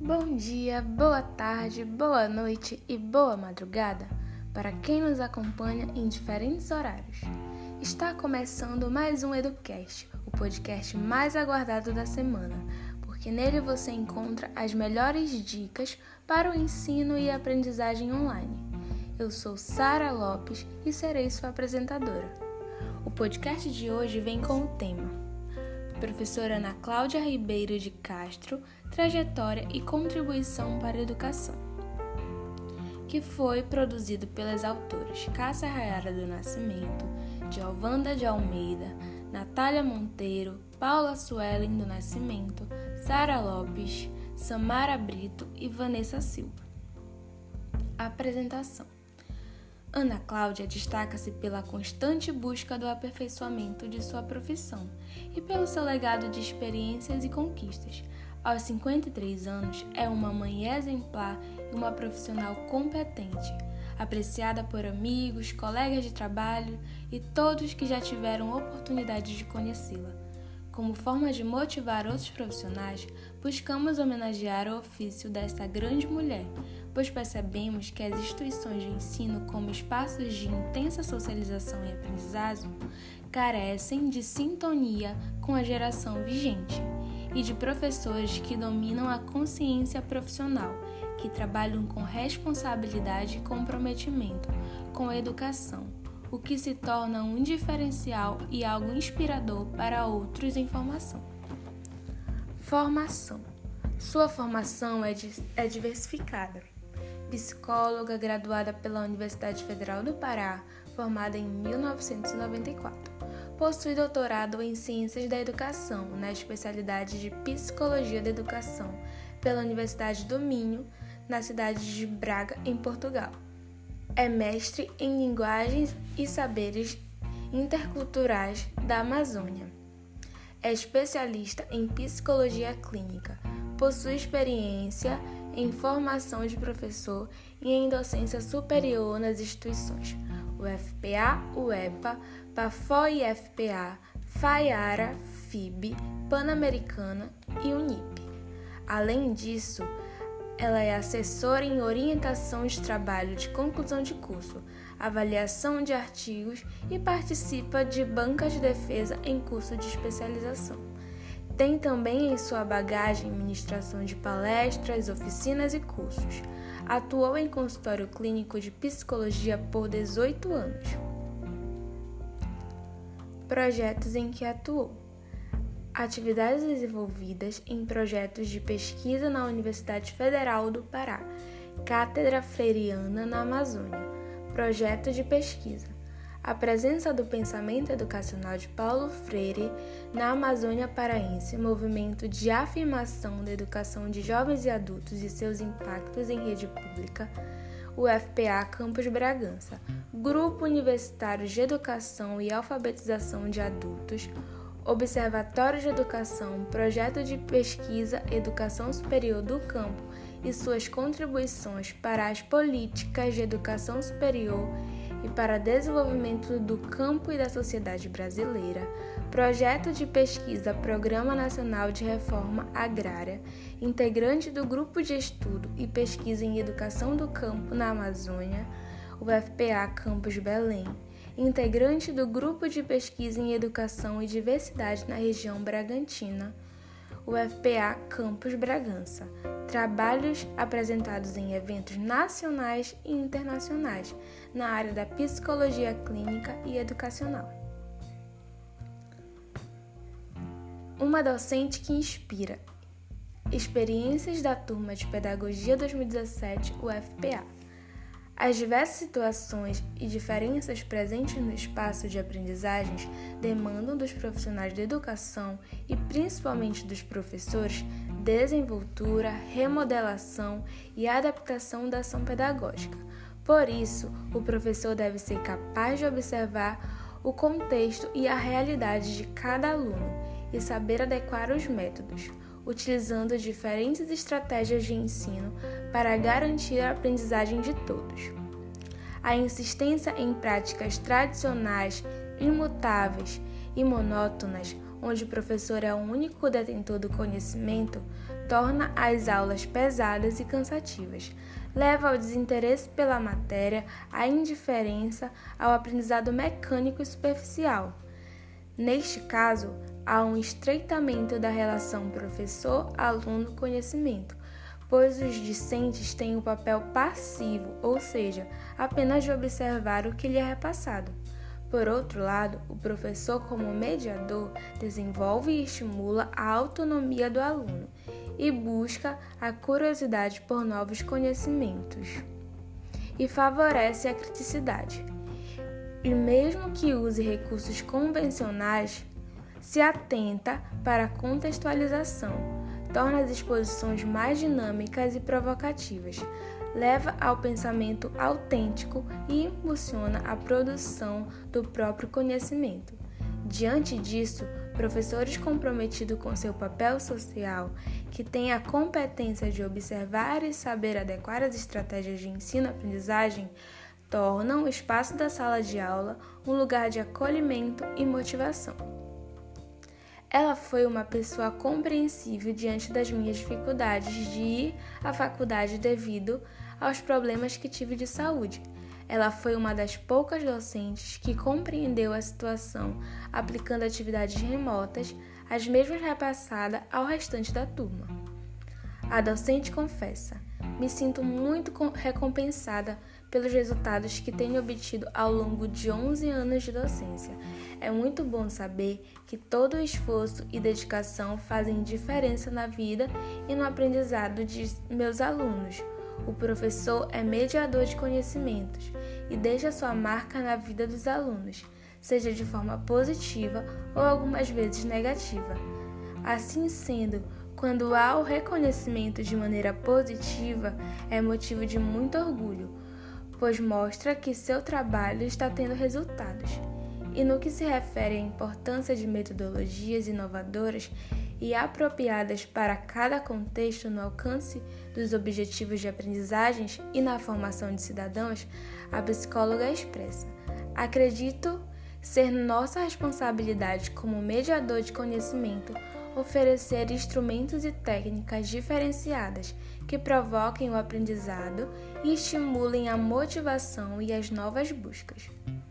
Bom dia, boa tarde, boa noite e boa madrugada para quem nos acompanha em diferentes horários. Está começando mais um EduCast, o podcast mais aguardado da semana, porque nele você encontra as melhores dicas para o ensino e aprendizagem online. Eu sou Sara Lopes e serei sua apresentadora. O podcast de hoje vem com o tema Professora Ana Cláudia Ribeiro de Castro, trajetória e contribuição para a educação, que foi produzido pelas autoras Cássia Rayara do Nascimento, Giovanda de Almeida, Natália Monteiro, Paula Suelen do Nascimento, Sara Lopes, Samara Brito e Vanessa Silva. Apresentação. Ana Cláudia destaca-se pela constante busca do aperfeiçoamento de sua profissão e pelo seu legado de experiências e conquistas. Aos 53 anos, é uma mãe exemplar e uma profissional competente, apreciada por amigos, colegas de trabalho e todos que já tiveram oportunidade de conhecê-la. Como forma de motivar outros profissionais, buscamos homenagear o ofício desta grande mulher, pois percebemos que as instituições de ensino, como espaços de intensa socialização e aprendizagem, carecem de sintonia com a geração vigente e de professores que dominam a consciência profissional, que trabalham com responsabilidade e comprometimento com a educação, o que se torna um diferencial e algo inspirador para outros em formação. Formação. Sua formação é diversificada. Psicóloga graduada pela Universidade Federal do Pará, formada em 1994. Possui doutorado em Ciências da Educação, na especialidade de Psicologia da Educação, pela Universidade do Minho, na cidade de Braga, em Portugal. É mestre em Linguagens e Saberes Interculturais da Amazônia. É especialista em Psicologia Clínica. Possui experiência em formação de professor e em docência superior nas instituições UFPA, UEPA, PAFO-IFPA, FAIARA, FIB, Pan-Americana e Unip. Além disso, ela é assessora em orientação de trabalho de conclusão de curso, avaliação de artigos e participa de bancas de defesa em curso de especialização. Tem também em sua bagagem ministração de palestras, oficinas e cursos. Atuou em consultório clínico de psicologia por 18 anos. Projetos em que atuou. Atividades desenvolvidas em projetos de pesquisa na Universidade Federal do Pará, Cátedra Freiriana na Amazônia, projeto de pesquisa. A presença do pensamento educacional de Paulo Freire na Amazônia Paraense, movimento de afirmação da educação de jovens e adultos e seus impactos em rede pública, UFPA Campus Bragança, Grupo Universitário de Educação e Alfabetização de Adultos, Observatório de Educação, Projeto de Pesquisa Educação Superior do Campo e suas contribuições para as políticas de educação superior e para desenvolvimento do campo e da sociedade brasileira, projeto de pesquisa Programa Nacional de Reforma Agrária, integrante do Grupo de Estudo e Pesquisa em Educação do Campo na Amazônia, UFPA Campus Belém, integrante do Grupo de Pesquisa em Educação e Diversidade na região Bragantina, UFPA Campus Bragança. Trabalhos apresentados em eventos nacionais e internacionais na área da psicologia clínica e educacional. Uma docente que inspira. Experiências da turma de Pedagogia 2017 UFPA. As diversas situações e diferenças presentes no espaço de aprendizagens demandam dos profissionais da educação e principalmente dos professores desenvoltura, remodelação e adaptação da ação pedagógica. Por isso, o professor deve ser capaz de observar o contexto e a realidade de cada aluno e saber adequar os métodos, utilizando diferentes estratégias de ensino para garantir a aprendizagem de todos. A insistência em práticas tradicionais, imutáveis e monótonas, onde o professor é o único detentor do conhecimento, torna as aulas pesadas e cansativas, leva ao desinteresse pela matéria, à indiferença, ao aprendizado mecânico e superficial. Neste caso, há um estreitamento da relação professor-aluno-conhecimento, pois os discentes têm o papel passivo, ou seja, apenas de observar o que lhe é repassado. Por outro lado, o professor, como mediador, desenvolve e estimula a autonomia do aluno e busca a curiosidade por novos conhecimentos e favorece a criticidade. E mesmo que use recursos convencionais, se atenta para a contextualização, torna as exposições mais dinâmicas e provocativas, leva ao pensamento autêntico e impulsiona a produção do próprio conhecimento. Diante disso, professores comprometidos com seu papel social, que têm a competência de observar e saber adequar as estratégias de ensino-aprendizagem, tornam o espaço da sala de aula um lugar de acolhimento e motivação. Ela foi uma pessoa compreensível diante das minhas dificuldades de ir à faculdade devido aos problemas que tive de saúde. Ela foi uma das poucas docentes que compreendeu a situação aplicando atividades remotas, as mesmas repassadas ao restante da turma. A docente confessa: me sinto muito recompensada pelos resultados que tenho obtido ao longo de 11 anos de docência. É muito bom saber que todo o esforço e dedicação fazem diferença na vida e no aprendizado de meus alunos. O professor é mediador de conhecimentos e deixa sua marca na vida dos alunos, seja de forma positiva ou algumas vezes negativa. Assim sendo, quando há o reconhecimento de maneira positiva, é motivo de muito orgulho, pois mostra que seu trabalho está tendo resultados. E no que se refere à importância de metodologias inovadoras e apropriadas para cada contexto no alcance dos objetivos de aprendizagens e na formação de cidadãos, a psicóloga expressa: acredito ser nossa responsabilidade como mediador de conhecimento oferecer instrumentos e técnicas diferenciadas que provoquem o aprendizado e estimulem a motivação e as novas buscas.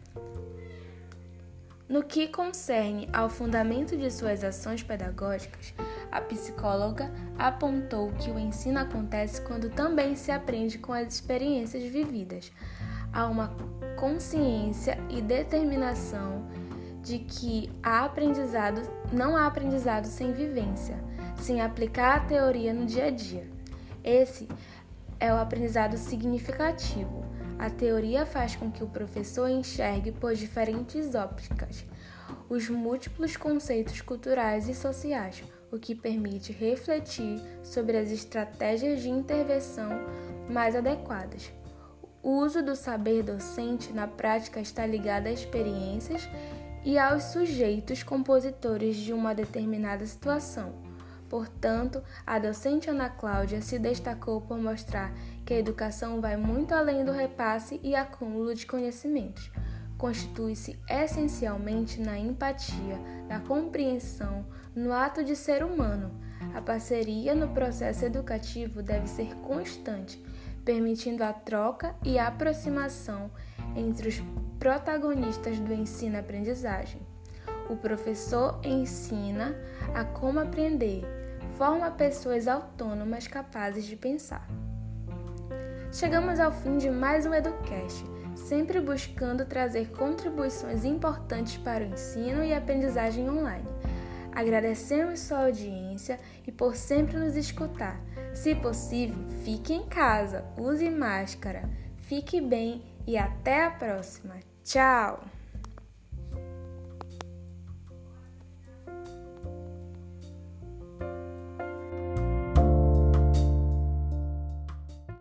No que concerne ao fundamento de suas ações pedagógicas, a psicóloga apontou que o ensino acontece quando também se aprende com as experiências vividas. Há uma consciência e determinação de que não há aprendizado sem vivência, sem aplicar a teoria no dia a dia. Esse é o aprendizado significativo. A teoria faz com que o professor enxergue por diferentes ópticas os múltiplos conceitos culturais e sociais, o que permite refletir sobre as estratégias de intervenção mais adequadas. O uso do saber docente na prática está ligado a experiências e aos sujeitos compositores de uma determinada situação. Portanto, a docente Ana Cláudia se destacou por mostrar que a educação vai muito além do repasse e acúmulo de conhecimentos. Constitui-se essencialmente na empatia, na compreensão, no ato de ser humano. A parceria no processo educativo deve ser constante, permitindo a troca e a aproximação entre os protagonistas do ensino-aprendizagem. O professor ensina a como aprender, forma pessoas autônomas capazes de pensar. Chegamos ao fim de mais um EduCast, sempre buscando trazer contribuições importantes para o ensino e aprendizagem online. Agradecemos sua audiência e por sempre nos escutar. Se possível, fique em casa, use máscara, fique bem e até a próxima. Tchau!